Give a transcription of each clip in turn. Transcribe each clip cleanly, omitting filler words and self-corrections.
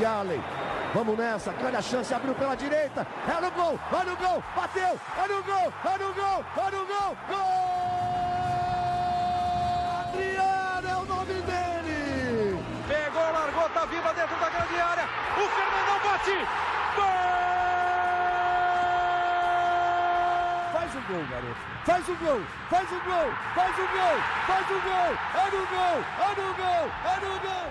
Yarley. Vamos nessa, grande a chance, abriu pela direita, é no gol, vai no gol, bateu, é no gol, é no gol, é no gol, gol! Adriano é o nome dele! Pegou, largou, tá viva dentro da grande área, o Fernandão bate, gol! Faz o gol, garoto, faz o gol, faz o gol, faz o gol, faz o gol, é no gol, é no gol, é no gol,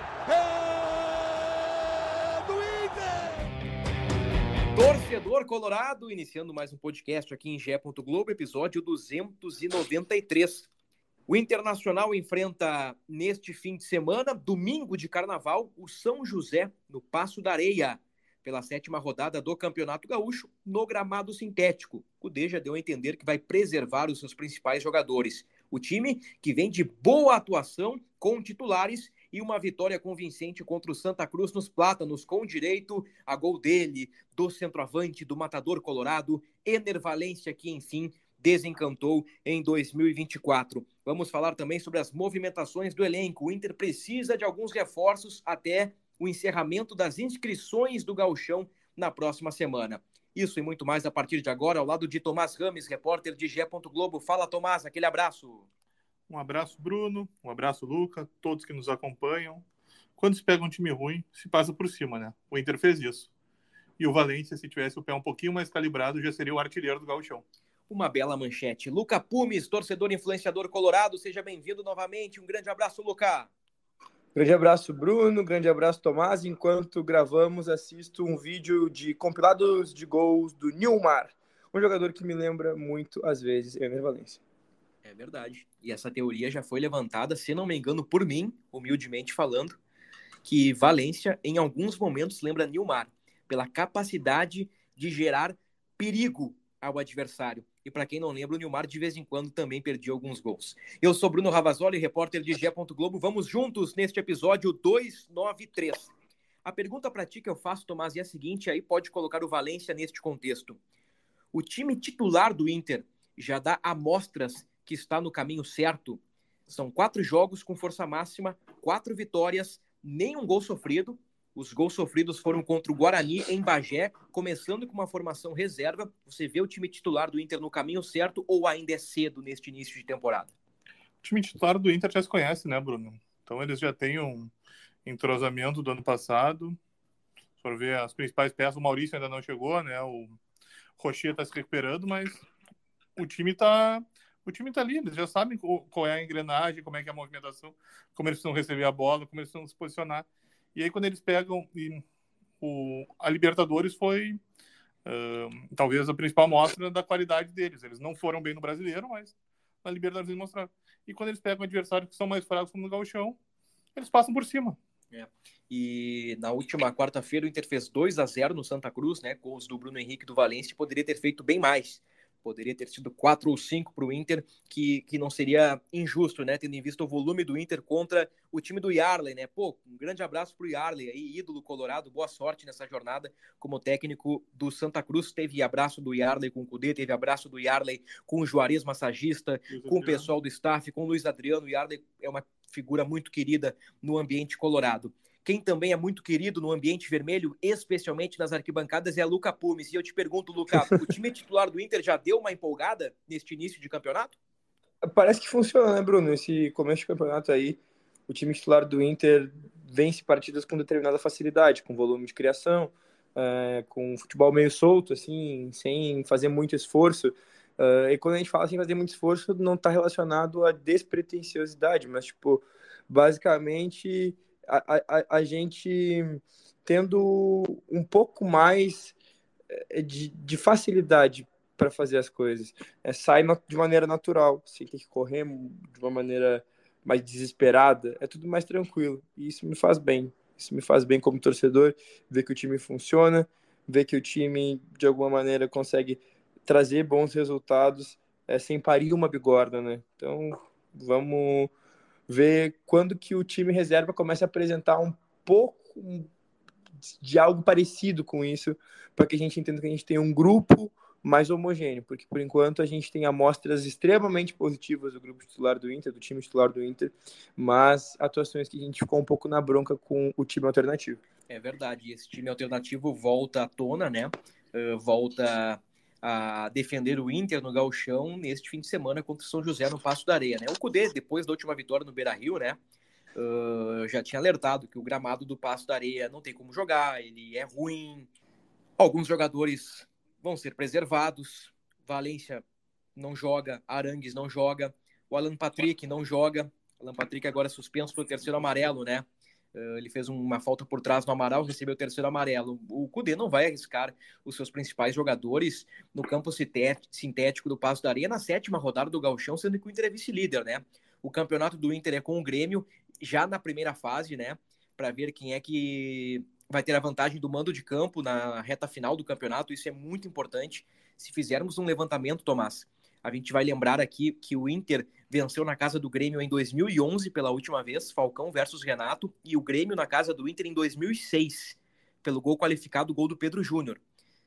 Torcedor colorado, iniciando mais um podcast aqui em GE. Globo, episódio 293. O Internacional enfrenta neste fim de semana, domingo de carnaval, o São José no Passo da Areia, pela 7ª rodada do Campeonato Gaúcho, no gramado sintético. O Cudê já deu a entender que vai preservar os seus principais jogadores. O time que vem de boa atuação com titulares e uma vitória convincente contra o Santa Cruz nos Plátanos, com direito a gol dele, do centroavante, do matador colorado, Ener Valencia, que enfim desencantou em 2024. Vamos falar também sobre as movimentações do elenco. O Inter precisa de alguns reforços até o encerramento das inscrições do Gauchão na próxima semana. Isso e muito mais a partir de agora, ao lado de Tomás Rames, repórter de GE. Globo. Fala, Tomás, aquele abraço. Um abraço, Bruno. Um abraço, Luca. Todos que nos acompanham. Quando se pega um time ruim, se passa por cima, né? O Inter fez isso. E o Valência, se tivesse o pé um pouquinho mais calibrado, já seria o artilheiro do Gauchão. Uma bela manchete. Luca Pumes, torcedor influenciador colorado, seja bem-vindo novamente. Um grande abraço, Luca. Grande abraço, Bruno. Grande abraço, Tomás. Enquanto gravamos, assisto um vídeo de compilados de gols do Nilmar, um jogador que me lembra muito, às vezes, Ener Valencia. É verdade. E essa teoria já foi levantada, se não me engano, por mim, humildemente falando, que Valencia, em alguns momentos, lembra Nilmar, pela capacidade de gerar perigo ao adversário. E para quem não lembra, o Nilmar de vez em quando também perdia alguns gols. Eu sou Bruno Ravazoli, repórter de GE. Globo. Vamos juntos neste episódio 293. A pergunta para ti que eu faço, Tomás, é a seguinte, aí pode colocar o Valencia neste contexto. O time titular do Inter já dá amostras que está no caminho certo? São 4 jogos com força máxima, 4 vitórias, nenhum gol sofrido. Os gols sofridos foram contra o Guarani em Bagé, começando com uma formação reserva. Você vê o time titular do Inter no caminho certo ou ainda é cedo neste início de temporada? O time titular do Inter já se conhece, né, Bruno? Então eles já têm um entrosamento do ano passado. Se for ver as principais peças, o Maurício ainda não chegou, né? O Rocher está se recuperando, mas o time tá ali, eles já sabem qual é a engrenagem, como é que é a movimentação, como eles precisam receber a bola, como eles precisam se posicionar. E aí, quando eles pegam... a Libertadores foi talvez a principal mostra da qualidade deles. Eles não foram bem no Brasileiro, mas na Libertadores eles mostraram. E quando eles pegam adversários que são mais fracos, como no Gauchão, eles passam por cima. E na última quarta-feira o Inter fez 2-0 no Santa Cruz, né, com os do Bruno Henrique e do Valencia. Poderia ter feito bem mais. Poderia ter sido 4 ou 5 para o Inter, que não seria injusto, né? Tendo em vista o volume do Inter contra o time do Yarley, né? Pô, um grande abraço para o Yarley, aí, ídolo colorado, boa sorte nessa jornada como técnico do Santa Cruz. Teve abraço do Yarley com o Cudê, teve abraço do Yarley com o Juarez massagista, com o pessoal do staff, com o Luiz Adriano. O Yarley é uma figura muito querida no ambiente colorado. Quem também é muito querido no ambiente vermelho, especialmente nas arquibancadas, é a Luca Pumes. E eu te pergunto, Luca, o time titular do Inter já deu uma empolgada neste início de campeonato? Parece que funciona, né, Bruno? Esse começo de campeonato aí, o time titular do Inter vence partidas com determinada facilidade, com volume de criação, com futebol meio solto, assim, sem fazer muito esforço. E quando a gente fala sem fazer muito esforço, não está relacionado à despretensiosidade, mas, tipo, basicamente... A gente tendo um pouco mais de facilidade para fazer as coisas. Sai de maneira natural, sem ter que correr de uma maneira mais desesperada. É tudo mais tranquilo. E isso me faz bem. Isso me faz bem como torcedor, ver que o time funciona, ver que o time, de alguma maneira, consegue trazer bons resultados sem parir uma bigorna, né? Então, vamos... ver quando que o time reserva começa a apresentar um pouco de algo parecido com isso, para que a gente entenda que a gente tem um grupo mais homogêneo, porque por enquanto a gente tem amostras extremamente positivas do grupo titular do Inter, do time titular do Inter, mas atuações que a gente ficou um pouco na bronca com o time alternativo. É verdade, esse time alternativo volta à tona, né? Volta a defender o Inter no Gauchão neste fim de semana contra o São José no Paço da Areia, né? O Cudê, depois da última vitória no Beira-Rio, né? Já tinha alertado que o gramado do Paço da Areia não tem como jogar, ele é ruim, alguns jogadores vão ser preservados, Valência não joga, Arangues não joga, o Alan Patrick não joga, Alan Patrick agora suspenso pelo terceiro amarelo, né? Ele fez uma falta por trás no Amaral, recebeu o terceiro amarelo. O Cudê não vai arriscar os seus principais jogadores no campo sintético do Paço da Areia na 7ª rodada do Gauchão, sendo que o Inter é vice-líder, né? O campeonato do Inter é com o Grêmio, já na primeira fase, né? Para ver quem é que vai ter a vantagem do mando de campo na reta final do campeonato. Isso é muito importante. Se fizermos um levantamento, Tomás, a gente vai lembrar aqui que o Inter venceu na casa do Grêmio em 2011 pela última vez, Falcão versus Renato, e o Grêmio na casa do Inter em 2006, pelo gol qualificado, o gol do Pedro Júnior.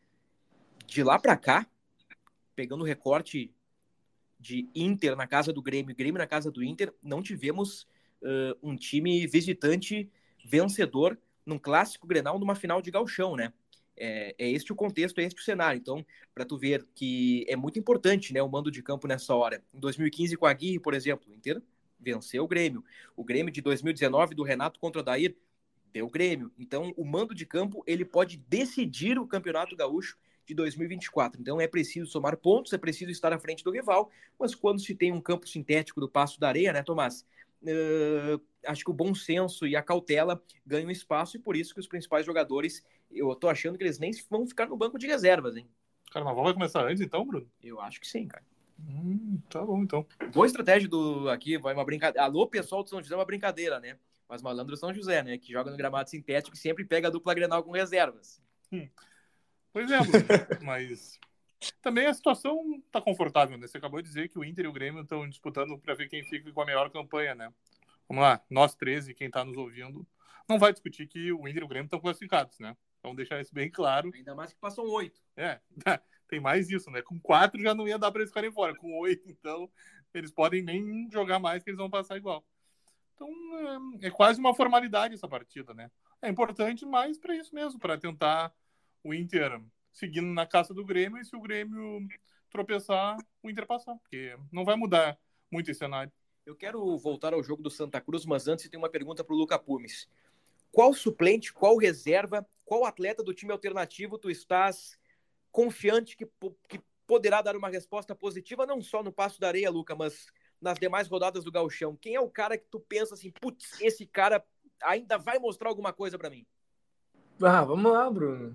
De lá para cá, pegando o recorte de Inter na casa do Grêmio, Grêmio na casa do Inter, não tivemos um time visitante vencedor num clássico Grenal numa final de Gauchão, né? É este o contexto, é este o cenário. Então, para tu ver que é muito importante, né, o mando de campo nessa hora. Em 2015, com a Aguirre, por exemplo, o Inter venceu o Grêmio. O Grêmio de 2019, do Renato contra o Dair, deu o Grêmio. Então, o mando de campo, ele pode decidir o Campeonato Gaúcho de 2024. Então, é preciso somar pontos, é preciso estar à frente do rival, mas quando se tem um campo sintético do Paço da Areia, né, Tomás? Acho que o bom senso e a cautela ganham espaço, e por isso que os principais jogadores, eu tô achando que eles nem vão ficar no banco de reservas, hein? O Carnaval vai começar antes, então, Bruno? Eu acho que sim, cara. Tá bom, então. Boa estratégia aqui, vai uma brincadeira. Alô, pessoal do São José, é uma brincadeira, né? Mas malandro São José, né? Que joga no gramado sintético e sempre pega a dupla Grenal com reservas. Pois é, Bruno. Mas também a situação tá confortável, né? Você acabou de dizer que o Inter e o Grêmio estão disputando para ver quem fica com a melhor campanha, né? Vamos lá, nós 13, quem tá nos ouvindo, não vai discutir que o Inter e o Grêmio estão classificados, né? Vamos deixar isso bem claro. Ainda mais que passam 8. Tem mais isso, né? Com 4 já não ia dar para eles ficarem fora. Com 8, então, eles podem nem jogar mais, que eles vão passar igual. Então, é quase uma formalidade essa partida, né? É importante, mas para isso mesmo, para tentar o Inter seguindo na caça do Grêmio, e se o Grêmio tropeçar, o Inter passar, porque não vai mudar muito esse cenário. Eu quero voltar ao jogo do Santa Cruz, mas antes tem uma pergunta para o Luca Pumes. Qual suplente, qual reserva, qual atleta do time alternativo tu estás confiante que poderá dar uma resposta positiva, não só no Paço da Areia, Luca, mas nas demais rodadas do Gauchão? Quem é o cara que tu pensa assim, putz, esse cara ainda vai mostrar alguma coisa para mim? Vamos lá, Bruno.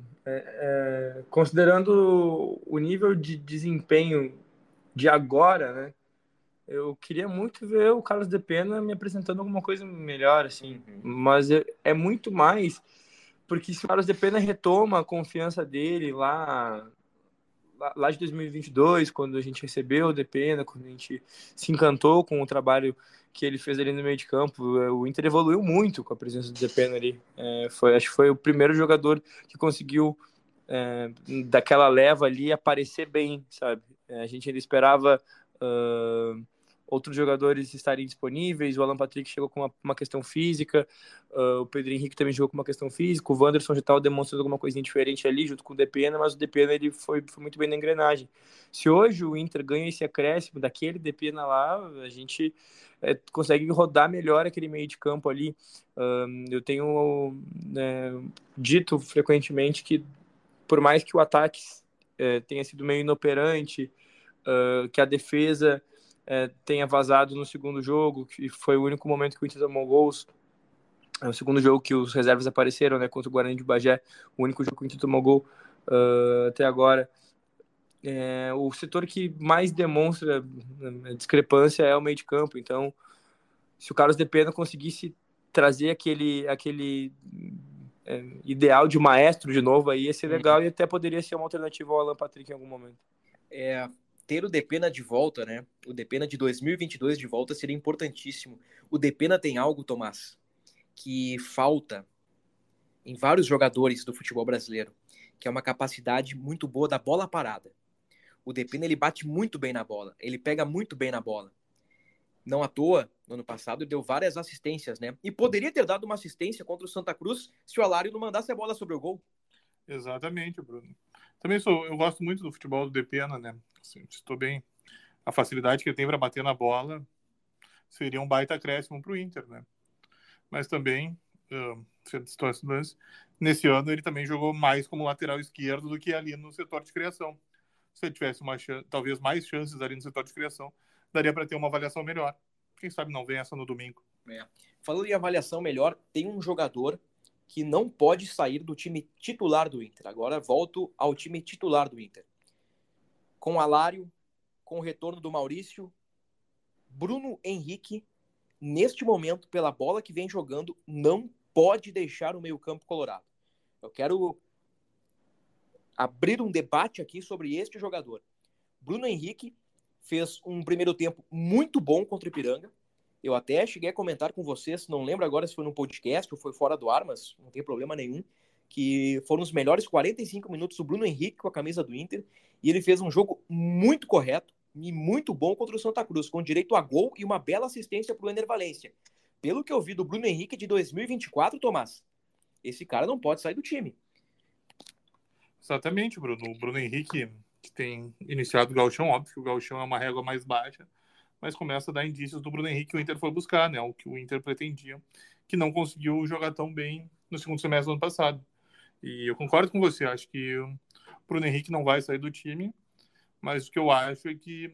Considerando o nível de desempenho de agora, né? Eu queria muito ver o Carlos de Pena me apresentando alguma coisa melhor, assim. Mas é muito mais porque se o Carlos de Pena retoma a confiança dele lá de 2022, quando a gente recebeu o de Pena, quando a gente se encantou com o trabalho que ele fez ali no meio de campo, o Inter evoluiu muito com a presença do de Pena ali. Acho que foi o primeiro jogador que conseguiu, daquela leva ali, aparecer bem, sabe? A gente ainda esperava outros jogadores estarem disponíveis, o Alan Patrick chegou com uma questão física, o Pedro Henrique também jogou com uma questão física, o Wanderson já estava demonstrando alguma coisinha diferente ali, junto com o Depena, mas o Depena ele foi muito bem na engrenagem. Se hoje o Inter ganha esse acréscimo daquele Depena lá, a gente consegue rodar melhor aquele meio de campo ali. Eu tenho dito frequentemente que por mais que o ataque tenha sido meio inoperante, que a defesa tenha vazado no segundo jogo, que foi o único momento que o Inter tomou gols. É o segundo jogo que os reservas apareceram, né, contra o Guarani de Bagé, o único jogo que o Inter tomou gol até agora. O setor que mais demonstra discrepância é o meio de campo. Então, se o Carlos de Pena conseguisse trazer aquele ideal de maestro de novo, aí ia ser legal e até poderia ser uma alternativa ao Alan Patrick em algum momento. Ter o Depena de volta, né? O Depena de 2022 de volta seria importantíssimo. O Depena tem algo, Tomás, que falta em vários jogadores do futebol brasileiro, que é uma capacidade muito boa da bola parada. O Depena, ele bate muito bem na bola, ele pega muito bem na bola. Não à toa, no ano passado, ele deu várias assistências, né? E poderia ter dado uma assistência contra o Santa Cruz se o Alário não mandasse a bola sobre o gol. Exatamente, Bruno. Também eu gosto muito do futebol do Depena, né? Assim, estou bem. A facilidade que ele tem para bater na bola seria um baita acréscimo para o Inter, né? Mas também, situações, nesse ano ele também jogou mais como lateral esquerdo do que ali no setor de criação. Se ele tivesse talvez mais chances ali no setor de criação, daria para ter uma avaliação melhor. Quem sabe não vem essa no domingo. Falando em avaliação melhor, tem um jogador que não pode sair do time titular do Inter. Agora volto ao time titular do Inter. Com o Alário, com o retorno do Maurício, Bruno Henrique, neste momento, pela bola que vem jogando, não pode deixar o meio-campo colorado. Eu quero abrir um debate aqui sobre este jogador. Bruno Henrique fez um primeiro tempo muito bom contra o Ipiranga. Eu até cheguei a comentar com vocês, não lembro agora se foi no podcast ou foi fora do ar, mas não tem problema nenhum, que foram os melhores 45 minutos do Bruno Henrique com a camisa do Inter, e ele fez um jogo muito correto e muito bom contra o Santa Cruz, com direito a gol e uma bela assistência para o Ener Valencia. Pelo que eu vi do Bruno Henrique de 2024, Tomás, esse cara não pode sair do time. Exatamente, Bruno. O Bruno Henrique, que tem iniciado o Gauchão, óbvio que o Gauchão é uma régua mais baixa, mas começa a dar indícios do Bruno Henrique que o Inter foi buscar, né? O que o Inter pretendia, que não conseguiu jogar tão bem no segundo semestre do ano passado. E eu concordo com você, acho que o Bruno Henrique não vai sair do time, mas o que eu acho é que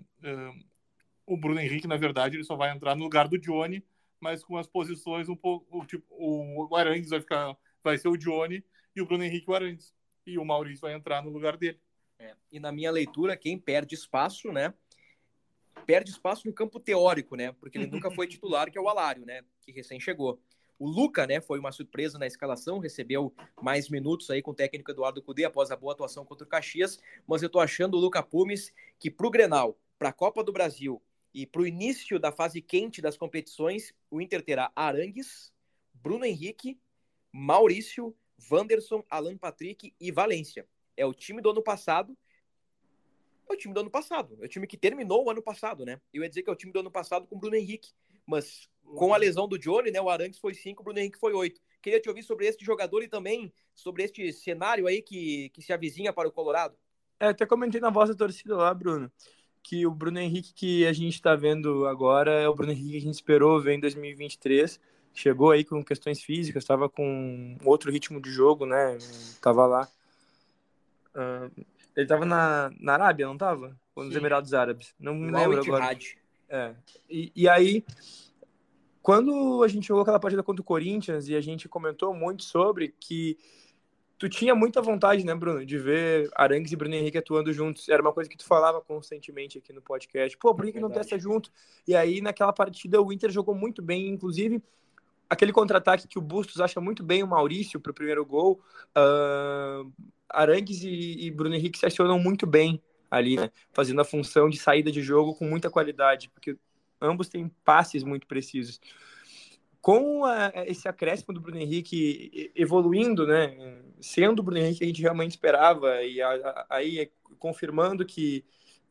o Bruno Henrique, na verdade, ele só vai entrar no lugar do Johnny, mas com as posições um pouco, tipo, o Arangues vai ser o Johnny e o Bruno Henrique o Arangues. E o Maurício vai entrar no lugar dele. E na minha leitura, quem perde espaço, né? Perde espaço no campo teórico, né? Porque ele nunca foi titular, que é o Alário, né? Que recém chegou. O Luca, né? Foi uma surpresa na escalação, recebeu mais minutos aí com o técnico Eduardo Cudê após a boa atuação contra o Caxias, mas eu tô achando o Luca Pumes que pro Grenal, pra Copa do Brasil e pro início da fase quente das competições, o Inter terá Arangues, Bruno Henrique, Maurício, Wanderson, Alan Patrick e Valência. É o time do ano passado. É o time do ano passado. É o time que terminou o ano passado, né? Eu ia dizer que é o time do ano passado com o Bruno Henrique. Mas com a lesão do Johnny, né? O Arangues foi 5, o Bruno Henrique foi 8. Queria te ouvir sobre este jogador e também sobre este cenário aí que se avizinha para o Colorado. Até comentei na voz da torcida lá, Bruno, que o Bruno Henrique que a gente está vendo agora é o Bruno Henrique que a gente esperou ver em 2023. Chegou aí com questões físicas, estava com outro ritmo de jogo, né? Tava lá. Ele tava na Arábia, não tava? Ou nos Emirados Árabes? Não me lembro agora. E aí, quando a gente jogou aquela partida contra o Corinthians e a gente comentou muito sobre que tu tinha muita vontade, né, Bruno, de ver Arangues e Bruno Henrique atuando juntos. Era uma coisa que tu falava constantemente aqui no podcast. Pô, por que não testa junto? E aí, naquela partida, o Inter jogou muito bem, inclusive aquele contra-ataque que o Bustos acha muito bem o Maurício para o primeiro gol. Arangues e Bruno Henrique se acionam muito bem ali, né? Fazendo a função de saída de jogo com muita qualidade, porque ambos têm passes muito precisos. Com esse acréscimo do Bruno Henrique evoluindo, né? Sendo o Bruno Henrique que a gente realmente esperava, e aí confirmando que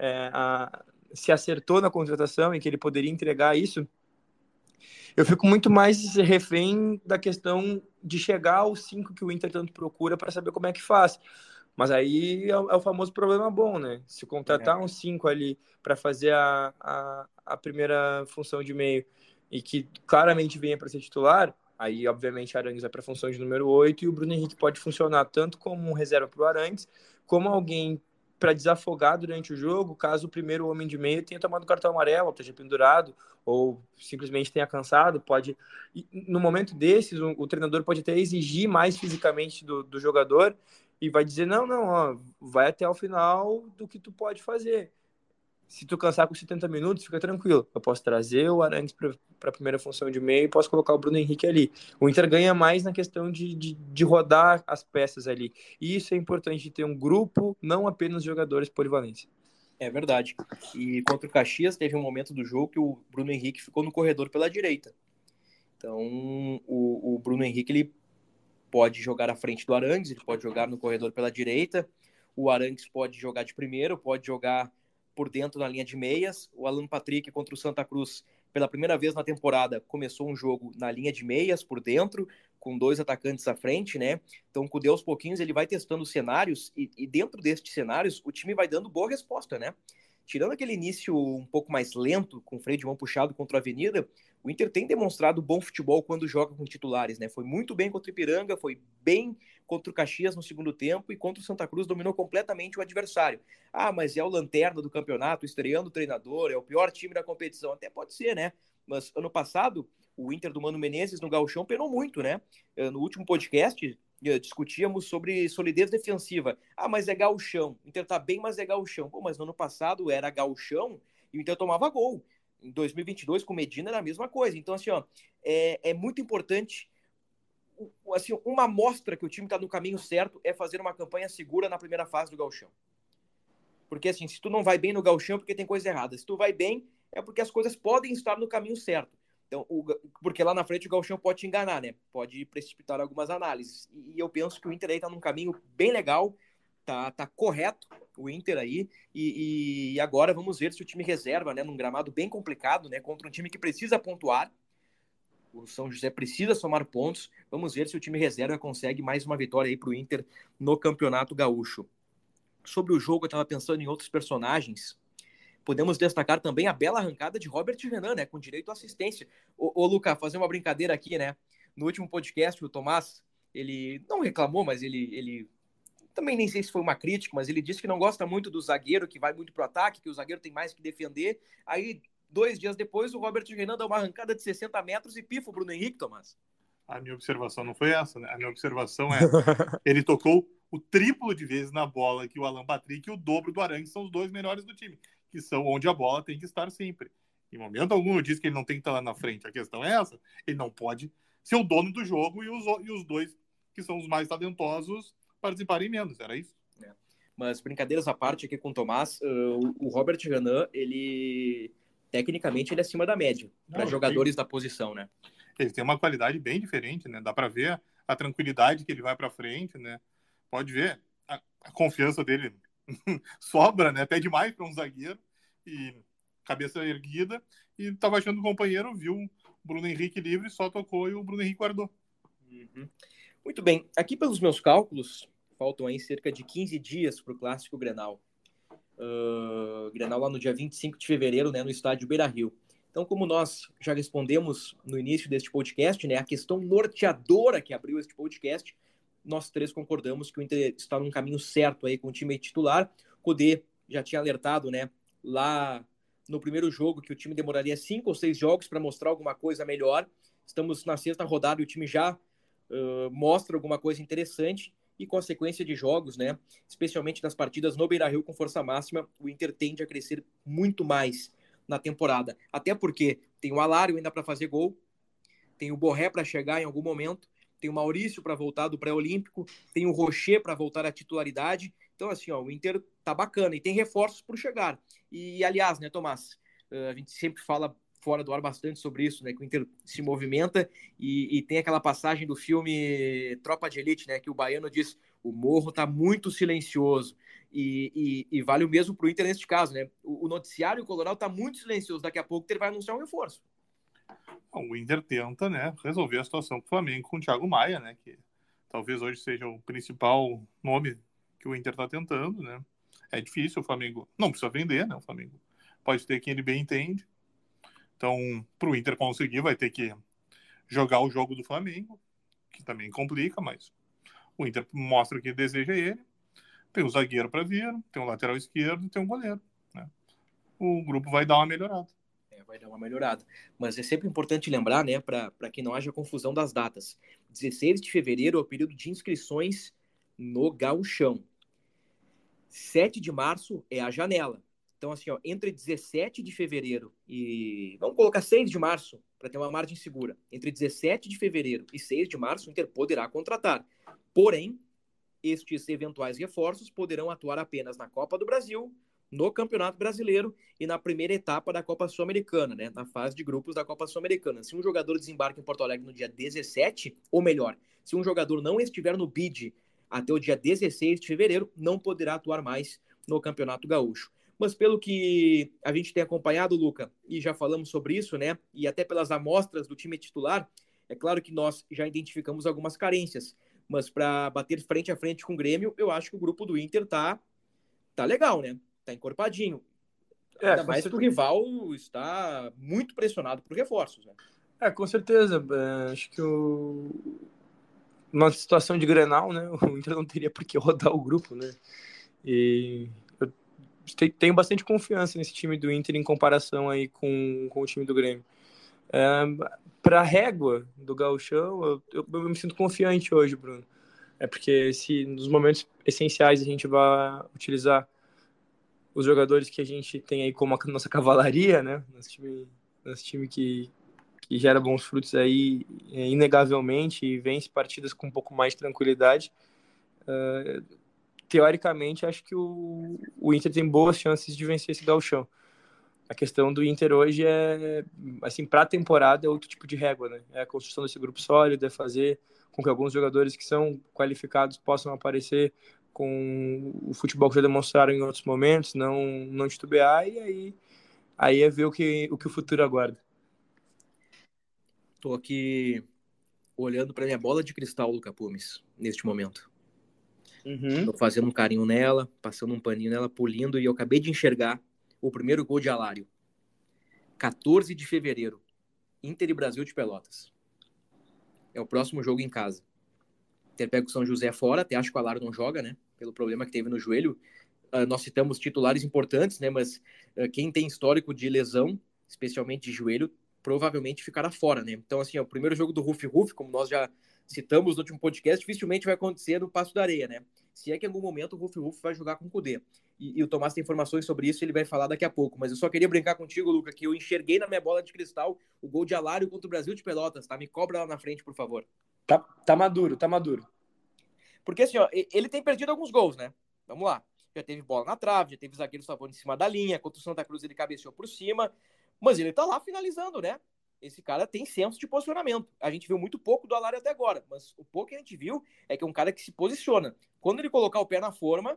se acertou na contratação e que ele poderia entregar isso, eu fico muito mais refém da questão de chegar aos 5 que o Inter tanto procura para saber como é que faz. Mas aí é o famoso problema bom, né? Se contratar uns 5 ali para fazer a primeira função de meio e que claramente venha para ser titular, aí obviamente Arangues vai para a função de número 8 e o Bruno Henrique pode funcionar tanto como um reserva para o Arangues, como alguém para desafogar durante o jogo, caso o primeiro homem de meio tenha tomado cartão amarelo, ou esteja pendurado, ou simplesmente tenha cansado, pode... E no momento desses, o treinador pode até exigir mais fisicamente do jogador e vai dizer, não, ó, vai até o final do que tu pode fazer. Se tu cansar com 70 minutos, fica tranquilo. Eu posso trazer o Arangues para a primeira função de meio e posso colocar o Bruno Henrique ali. O Inter ganha mais na questão de rodar as peças ali. E isso é importante de ter um grupo, não apenas jogadores polivalentes. É verdade. E contra o Caxias, teve um momento do jogo que o Bruno Henrique ficou no corredor pela direita. Então, o Bruno Henrique ele pode jogar à frente do Arangues, ele pode jogar no corredor pela direita. o Arangues pode jogar de primeiro, pode jogar por dentro na linha de meias. O Alan Patrick contra o Santa Cruz, pela primeira vez na temporada, começou um jogo na linha de meias por dentro, com 2 atacantes à frente, né? Então, com Deus pouquinhos, ele vai testando cenários e dentro destes cenários, o time vai dando boa resposta, né? Tirando aquele início um pouco mais lento, com o freio de mão puxado contra a Avenida, o Inter tem demonstrado bom futebol quando joga com titulares, né? Foi muito bem contra o Ipiranga, foi bem contra o Caxias no segundo tempo e contra o Santa Cruz dominou completamente o adversário. Ah, mas é o lanterna do campeonato, estreando o treinador, é o pior time da competição. Até pode ser, né? Mas ano passado, o Inter do Mano Menezes no Gauchão penou muito, né? No último podcast, discutíamos sobre solidez defensiva. Ah, mas é gauchão. O Inter tá bem, mas é gauchão. Pô, mas no ano passado era gauchão e o Inter tomava gol. Em 2022, com o Medina, era a mesma coisa. Então, assim, ó, é muito importante. Assim, uma amostra que o time tá no caminho certo é fazer uma campanha segura na primeira fase do gauchão. Porque, assim, se tu não vai bem no gauchão, é porque tem coisa errada. Se tu vai bem, é porque as coisas podem estar no caminho certo. Então, porque lá na frente o gauchão pode te enganar, né? Pode precipitar algumas análises. E eu penso que o Inter aí tá num caminho bem legal, tá correto o Inter aí, e agora vamos ver se o time reserva, né, num gramado bem complicado, né, contra um time que precisa pontuar. O São José precisa somar pontos. Vamos ver se o time reserva consegue mais uma vitória aí pro Inter no Campeonato Gaúcho. Sobre o jogo, eu tava pensando em outros personagens. Podemos destacar também a bela arrancada de Robert Renan, né, com direito à assistência. Ô Luca, fazer uma brincadeira aqui, né? No último podcast, o Tomás, ele não reclamou, mas ele também nem sei se foi uma crítica, mas ele disse que não gosta muito do zagueiro, que vai muito pro ataque, que o zagueiro tem mais que defender. Aí, 2 dias depois, o Robert Renan dá uma arrancada de 60 metros e pifa o Bruno Henrique, Tomás. A minha observação não foi essa, né? A minha observação é ele tocou o triplo de vezes na bola que o Alan Patrick e o dobro do Arangues são os 2 melhores do time, que são onde a bola tem que estar sempre. Em momento algum eu disse que ele não tem que estar lá na frente. A questão é essa. Ele não pode ser o dono do jogo e os 2 que são os mais talentosos participarem menos. Era isso. Mas brincadeiras à parte aqui com o Tomás, o Robert Renan, ele tecnicamente ele é acima da média para jogadores da posição, né? Ele tem uma qualidade bem diferente, né? Dá para ver a tranquilidade que ele vai para frente, né? Pode ver a confiança dele sobra, né? Até demais para um zagueiro e cabeça erguida e tava achando o companheiro, viu o Bruno Henrique livre, só tocou e o Bruno Henrique guardou. Uhum. Muito bem. Aqui pelos meus cálculos, faltam aí cerca de 15 dias para o Clássico Grenal. Grenal lá no dia 25 de fevereiro, né, no estádio Beira-Rio. Então, como nós já respondemos no início deste podcast, né, a questão norteadora que abriu este podcast, nós 3 concordamos que o Inter está num caminho certo aí com o time titular. O Cudê já tinha alertado, né, lá no primeiro jogo que o time demoraria 5 ou 6 jogos para mostrar alguma coisa melhor. Estamos na 6ª rodada e o time já mostra alguma coisa interessante. E com a sequência de jogos, né, especialmente das partidas no Beira-Rio com força máxima, o Inter tende a crescer muito mais na temporada. Até porque tem o Alário ainda para fazer gol, tem o Borré para chegar em algum momento, tem o Maurício para voltar do pré-olímpico, tem o Rocher para voltar à titularidade. Então, assim, ó, o Inter tá bacana e tem reforços por chegar. E, aliás, né, Tomás, a gente sempre fala fora do ar bastante sobre isso, né, que o Inter se movimenta e tem aquela passagem do filme Tropa de Elite, né, que o baiano diz, o morro tá muito silencioso e vale o mesmo pro Inter neste caso, né, o noticiário colorado tá muito silencioso, daqui a pouco o Inter vai anunciar um reforço. O Inter tenta, né, resolver a situação com o Flamengo, com o Thiago Maia, né, que talvez hoje seja o principal nome que o Inter tá tentando, né, é difícil, o Flamengo não precisa vender, né, o Flamengo pode ter quem ele bem entende. Então, para o Inter conseguir, vai ter que jogar o jogo do Flamengo, que também complica, mas o Inter mostra que deseja ele. Tem o zagueiro para vir, tem o lateral esquerdo, tem um goleiro, né? O grupo vai dar uma melhorada. Vai dar uma melhorada. Mas é sempre importante lembrar, né, para que não haja confusão das datas. 16 de fevereiro é o período de inscrições no Gauchão. 7 de março é a janela. Então, assim, ó, entre 17 de fevereiro e... Vamos colocar 6 de março, para ter uma margem segura. Entre 17 de fevereiro e 6 de março, o Inter poderá contratar. Porém, estes eventuais reforços poderão atuar apenas na Copa do Brasil, no Campeonato Brasileiro e na primeira etapa da Copa Sul-Americana, né? Na fase de grupos da Copa Sul-Americana. Se um jogador desembarca em Porto Alegre no dia 17, ou melhor, se um jogador não estiver no bid até o dia 16 de fevereiro, não poderá atuar mais no Campeonato Gaúcho. Mas pelo que a gente tem acompanhado, Luca, e já falamos sobre isso, né? E até pelas amostras do time titular, é claro que nós já identificamos algumas carências, mas para bater frente a frente com o Grêmio, eu acho que o grupo do Inter tá legal, né? Tá encorpadinho. Ainda mais que o rival está muito pressionado por reforços, né? Com certeza. Acho que numa situação de Grenal, né? O Inter não teria por que rodar o grupo, né? E eu tenho bastante confiança nesse time do Inter em comparação aí com o time do Grêmio. Para a régua do Gauchão, eu me sinto confiante hoje, Bruno. Porque se nos momentos essenciais a gente vai utilizar os jogadores que a gente tem aí como a nossa cavalaria, né? Nosso time que gera bons frutos aí, inegavelmente, e vence partidas com um pouco mais de tranquilidade. Teoricamente, acho que o Inter tem boas chances de vencer esse gauchão. A questão do Inter hoje assim, para a temporada, é outro tipo de régua, né? É a construção desse grupo sólido, é fazer com que alguns jogadores que são qualificados possam aparecer com o futebol que já demonstraram em outros momentos, não titubear, e aí é ver o que o futuro aguarda. Tô aqui olhando para minha bola de cristal, Luca Pumes, neste momento. Tô fazendo um carinho nela, passando um paninho nela, polindo, e eu acabei de enxergar o primeiro gol de Alário. 14 de fevereiro, Inter e Brasil de Pelotas. É o próximo jogo em casa. Inter pega o São José fora, até acho que o Alário não joga, né? Pelo problema que teve no joelho. Nós citamos titulares importantes, né? Mas quem tem histórico de lesão, especialmente de joelho, provavelmente ficará fora, né? Então, assim, o primeiro jogo do Rufi, como nós já citamos no último podcast, dificilmente vai acontecer no Passo da Areia, né? Se é que em algum momento o Rufi vai jogar com o Kudê. E o Tomás tem informações sobre isso, ele vai falar daqui a pouco. Mas eu só queria brincar contigo, Luca, que eu enxerguei na minha bola de cristal o gol de Alário contra o Brasil de Pelotas, tá? Me cobra lá na frente, por favor. Tá maduro. Porque, assim, ele tem perdido alguns gols, né? Vamos lá. Já teve bola na trave, já teve zagueiro salvando em cima da linha, contra o Santa Cruz ele cabeceou por cima, mas ele tá lá finalizando, né? Esse cara tem senso de posicionamento. A gente viu muito pouco do Alário até agora, mas o pouco que a gente viu é que é um cara que se posiciona. Quando ele colocar o pé na forma,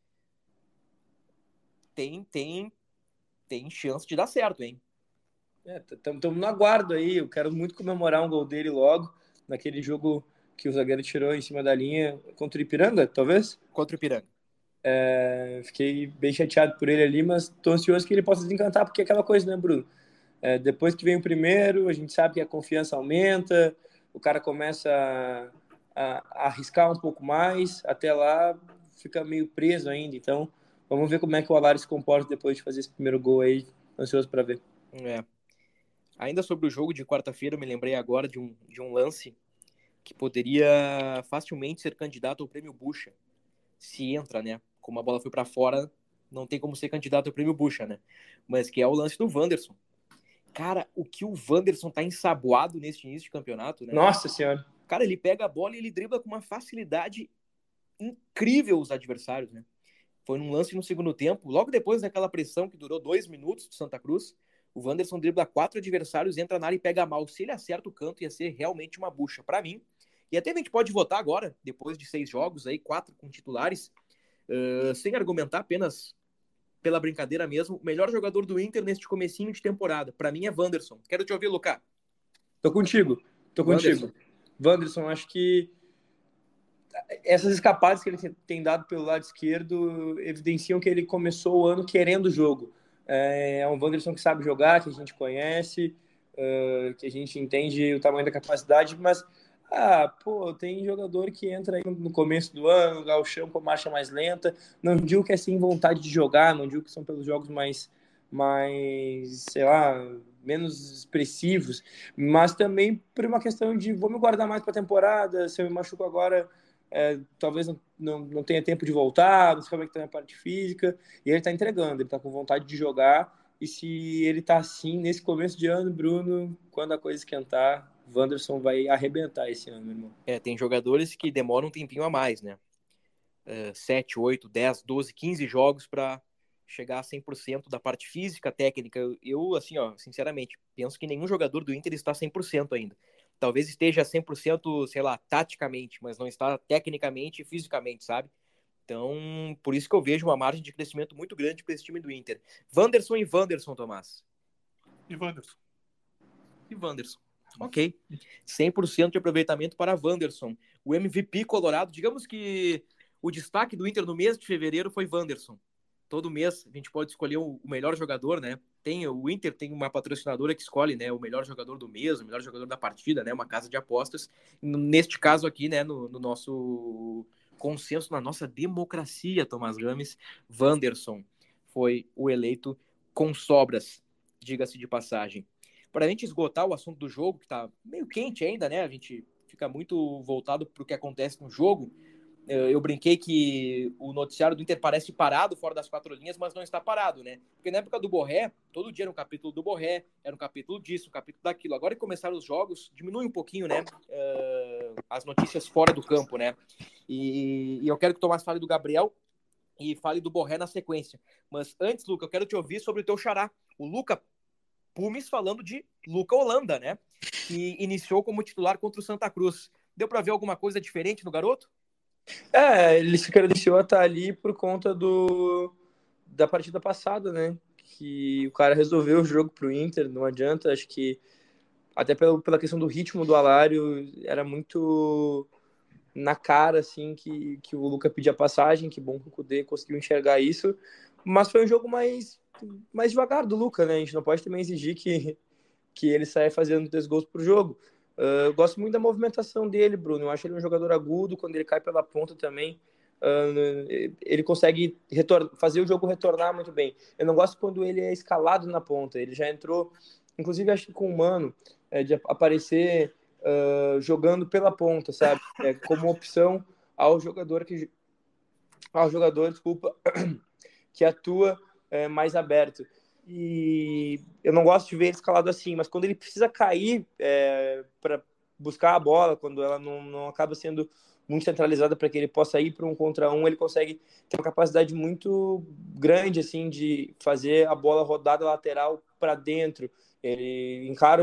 tem chance de dar certo, hein? Estamos no aguardo aí. Eu quero muito comemorar um gol dele logo, naquele jogo que o zagueiro tirou em cima da linha contra o Ipiranga, talvez? Contra o Ipiranga. Fiquei bem chateado por ele ali, mas tô ansioso que ele possa desencantar, porque é aquela coisa, né, Bruno? Depois que vem o primeiro, a gente sabe que a confiança aumenta, o cara começa a arriscar um pouco mais, até lá fica meio preso ainda. Então, vamos ver como é que o Alário se comporta depois de fazer esse primeiro gol aí. Ansioso para ver. Ainda sobre o jogo de quarta-feira, eu me lembrei agora de um lance que poderia facilmente ser candidato ao Prêmio Bucha, se entra, né? Como a bola foi para fora, não tem como ser candidato ao Prêmio Bucha, né? Mas que é o lance do Wanderson. Cara, o que o Wanderson tá ensaboado neste início de campeonato, né? Nossa Senhora! Cara, ele pega a bola e ele dribla com uma facilidade incrível os adversários, né? Foi num lance no segundo tempo, logo depois daquela pressão que durou 2 minutos do Santa Cruz, o Wanderson dribla 4 adversários, entra na área e pega mal. Se ele acerta o canto, ia ser realmente uma bucha para mim. E até a gente pode votar agora, depois de 6 jogos, aí 4 com titulares, sem argumentar, apenas pela brincadeira mesmo, o melhor jogador do Inter neste comecinho de temporada, para mim é Wanderson. Quero te ouvir, Lucas. Tô contigo. Wanderson, acho que essas escapadas que ele tem dado pelo lado esquerdo evidenciam que ele começou o ano querendo o jogo. É um Wanderson que sabe jogar, que a gente conhece, que a gente entende o tamanho da capacidade, mas tem jogador que entra aí no começo do ano, no gauchão com marcha mais lenta. Não digo que é sem vontade de jogar, não digo que são pelos jogos mais sei lá, menos expressivos, mas também por uma questão de vou me guardar mais para a temporada. Se eu me machuco agora, talvez não tenha tempo de voltar, não sei como é que tá a parte física, e ele está entregando, ele está com vontade de jogar. E se ele está assim nesse começo de ano, Bruno, quando a coisa esquentar, Wanderson vai arrebentar esse ano, meu irmão. Tem jogadores que demoram um tempinho a mais, né? 7, 8, 10, 12, 15 jogos para chegar a 100% da parte física, técnica. Eu, assim, sinceramente, penso que nenhum jogador do Inter está 100% ainda. talvez esteja 100%, sei lá, taticamente, mas não está tecnicamente e fisicamente, sabe? Então, por isso que eu vejo uma margem de crescimento muito grande para esse time do Inter. Wanderson e Wanderson, Tomás. E Wanderson. E Wanderson. Ok. 100% de aproveitamento para Wanderson. O MVP colorado, digamos que o destaque do Inter no mês de fevereiro foi Wanderson. Todo mês a gente pode escolher o melhor jogador, né? O Inter tem uma patrocinadora que escolhe, né, o melhor jogador do mês, o melhor jogador da partida, né? Uma casa de apostas. Neste caso aqui, né, no nosso consenso, na nossa democracia, Tomás Gomes, Wanderson foi o eleito com sobras, diga-se de passagem. Para a gente esgotar o assunto do jogo, que está meio quente ainda, né? A gente fica muito voltado para o que acontece no jogo. Eu brinquei que o noticiário do Inter parece parado fora das 4 linhas, mas não está parado, né? Porque na época do Borré, todo dia era um capítulo do Borré, era um capítulo disso, um capítulo daquilo. Agora que começaram os jogos, diminui um pouquinho, né? As notícias fora do campo, né? E eu quero que o Tomás fale do Gabriel e fale do Borré na sequência. Mas antes, Luca, eu quero te ouvir sobre o teu xará, o Luca Pumes, falando de Luca Holanda, né? Que iniciou como titular contra o Santa Cruz. Deu para ver alguma coisa diferente no garoto? Ele se credenciou a estar ali por conta da partida passada, né? Que o cara resolveu o jogo pro Inter, não adianta, acho que até pela questão do ritmo do Alário, era muito na cara, assim, que o Luca pedia passagem, que bom que o Kudê conseguiu enxergar isso, mas foi um jogo mais devagar do Luca, né? A gente não pode também exigir que ele saia fazendo 3 gols por jogo. Eu gosto muito da movimentação dele, Bruno. Eu acho ele um jogador agudo, quando ele cai pela ponta também. Ele consegue fazer o jogo retornar muito bem. Eu não gosto quando ele é escalado na ponta. Ele já entrou, inclusive acho que com o Mano, de aparecer jogando pela ponta, sabe? Como opção ao jogador desculpa, que atua mais aberto. E eu não gosto de ver ele escalado assim, mas quando ele precisa cair para buscar a bola, quando ela não acaba sendo muito centralizada para que ele possa ir para um contra um, ele consegue ter uma capacidade muito grande assim de fazer a bola rodada lateral para dentro. Ele encara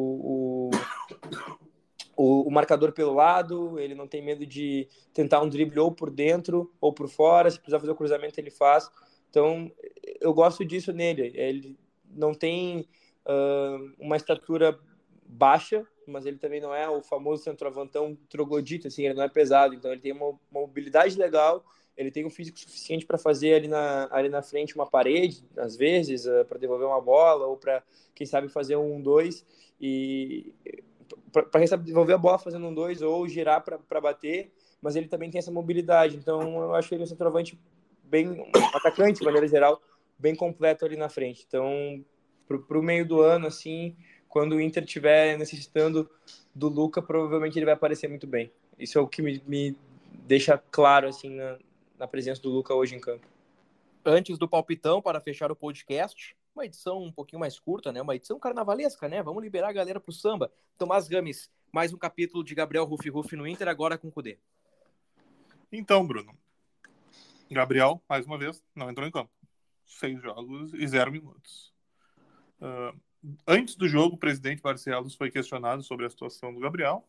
o marcador pelo lado, ele não tem medo de tentar um drible ou por dentro ou por fora, se precisar fazer o cruzamento ele faz. Então, eu gosto disso nele. Ele não tem uma estatura baixa, mas ele também não é o famoso centroavantão troglodita, assim, ele não é pesado, então ele tem uma mobilidade legal, ele tem um físico suficiente para fazer ali na frente uma parede, às vezes, para devolver uma bola, ou para, quem sabe, fazer um 2, e para quem sabe devolver a bola fazendo um 2, ou girar para bater, mas ele também tem essa mobilidade, então eu acho ele um centroavante bem, um atacante, de maneira geral, bem completo ali na frente. Então, para o meio do ano, assim, quando o Inter estiver necessitando do Luca, provavelmente ele vai aparecer muito bem. Isso é o que me deixa claro, assim, na presença do Luca hoje em campo. Antes do palpitão, para fechar o podcast, uma edição um pouquinho mais curta, né? Uma edição carnavalesca, né? Vamos liberar a galera pro samba. Tomás Gomes, mais um capítulo de Gabriel Rufi no Inter, agora com o Kudê. Então, Bruno, Gabriel, mais uma vez, não entrou em campo. 6 jogos e 0 minutos. Antes do jogo, o presidente Barcelos foi questionado sobre a situação do Gabriel.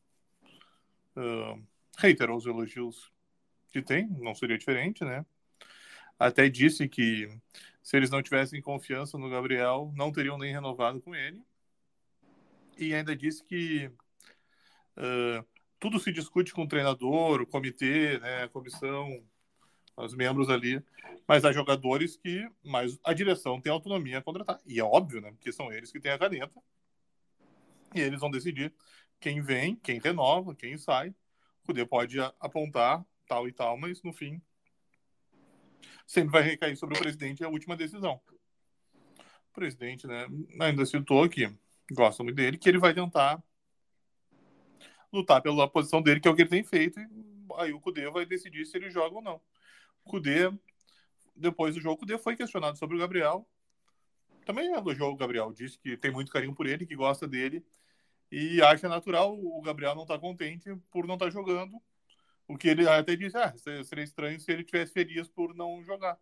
Reiterou os elogios que tem, não seria diferente, né? Até disse que se eles não tivessem confiança no Gabriel, não teriam nem renovado com ele. E ainda disse que tudo se discute com o treinador, o comitê, né, a comissão, os membros ali, mas há jogadores que mais a direção tem autonomia a contratar. E é óbvio, né? Porque são eles que têm a caneta. E eles vão decidir quem vem, quem renova, quem sai. O Kudê pode apontar tal e tal, mas no fim sempre vai recair sobre o presidente a última decisão. O presidente, né, ainda citou que gosta muito dele, que ele vai tentar lutar pela posição dele, que é o que ele tem feito, e aí o Kudê vai decidir se ele joga ou não. O Kudê, depois do jogo, o Kudê foi questionado sobre o Gabriel. Também elogiou o Gabriel, disse que tem muito carinho por ele, que gosta dele, e acha natural o Gabriel não estar contente por não estar jogando. O que ele até disse, seria estranho se ele tivesse feliz por não jogar.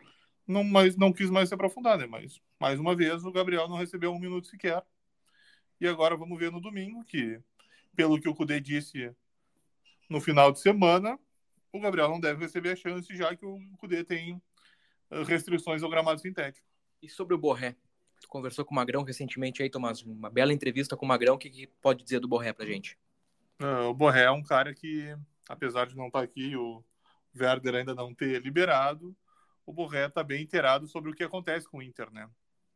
Mas não quis mais se aprofundar, né? Mas, mais uma vez, o Gabriel não recebeu 1 minuto sequer. E agora vamos ver no domingo que, pelo que o Kudê disse no final de semana, o Gabriel não deve receber a chance, já que o Kudê tem restrições ao gramado sintético. E sobre o Borré? Tu conversou com o Magrão recentemente aí, Tomás, uma bela entrevista com o Magrão. O que pode dizer do Borré pra gente? O Borré é um cara que, apesar de não estar aqui, o Werder ainda não ter liberado, o Borré está bem inteirado sobre o que acontece com o Inter, né?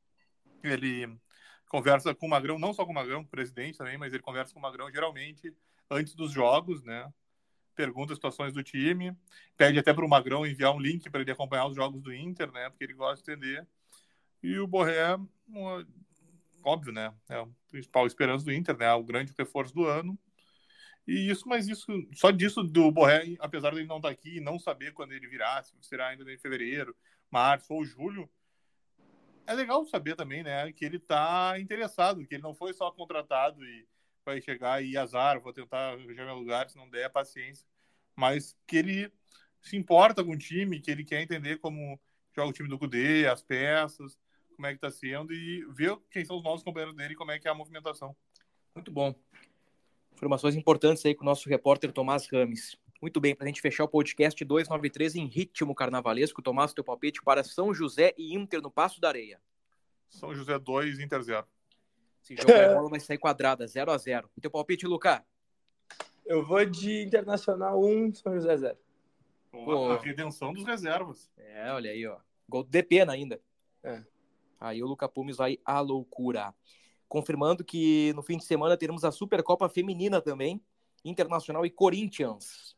Ele conversa com o Magrão, não só com o Magrão, com o presidente também, mas ele conversa com o Magrão geralmente antes dos jogos, né? Pergunta as situações do time, pede até para o Magrão enviar um link para ele acompanhar os jogos do Inter, né? Porque ele gosta de entender. E o Borré, óbvio, né? É o principal esperança do Inter, né? O grande reforço do ano. E isso, mas isso, só disso do Borré, apesar de ele não estar aqui e não saber quando ele virá, se será ainda em fevereiro, março ou julho, é legal saber também, né, que ele está interessado, que ele não foi só contratado e vai chegar e azar, vou tentar arranjar meu lugar, se não der, paciência, mas que ele se importa com o time, que ele quer entender como joga o time do Kudê, as peças, como é que está sendo e ver quem são os novos companheiros dele e como é que é a movimentação. Muito bom. Informações importantes aí com o nosso repórter Tomás Rames. Muito bem, para a gente fechar o podcast 293 em ritmo carnavalesco. Tomás, teu palpite para São José e Inter no Passo da Areia. São José 2, Inter 0. Esse jogo a bola vai sair quadrada, 0-0. E teu palpite, Lucas? Eu vou de Internacional 1, São José 0. A redenção dos reservas. Olha aí, ó. Gol do Depena ainda. É. Aí o Lucas Pumes vai à loucura. Confirmando que no fim de semana teremos a Supercopa Feminina também. Internacional e Corinthians.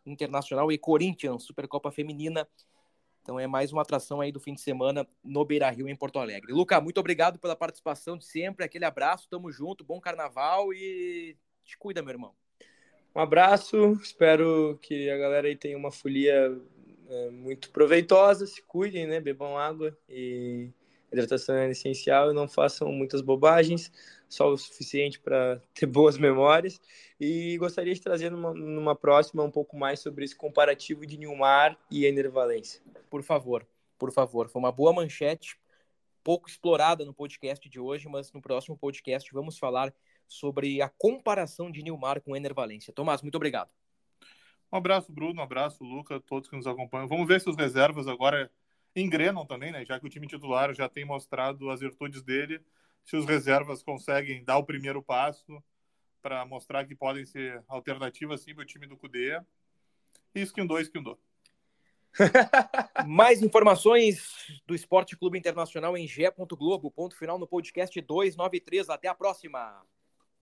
Supercopa Feminina. Então é mais uma atração aí do fim de semana no Beira-Rio, em Porto Alegre. Lucas, muito obrigado pela participação de sempre. Aquele abraço, tamo junto, bom carnaval e te cuida, meu irmão. Um abraço, espero que a galera aí tenha uma folia muito proveitosa, se cuidem, né? Bebam água e hidratação é essencial e não façam muitas bobagens, só o suficiente para ter boas memórias. E gostaria de trazer numa próxima um pouco mais sobre esse comparativo de Nilmar e Enervalência. Por favor. Foi uma boa manchete, pouco explorada no podcast de hoje, mas no próximo podcast vamos falar sobre a comparação de Nilmar com Enervalência. Tomás, muito obrigado. Um abraço, Bruno, um abraço, Luca, todos que nos acompanham. Vamos ver se os reservas agora engrenam também, né? Já que o time titular já tem mostrado as virtudes dele, se os reservas conseguem dar o primeiro passo para mostrar que podem ser alternativas sim para o time do Kudê. Esquindou. Mais informações do Esporte Clube Internacional em ge.globo. Ponto final no podcast 293. Até a próxima.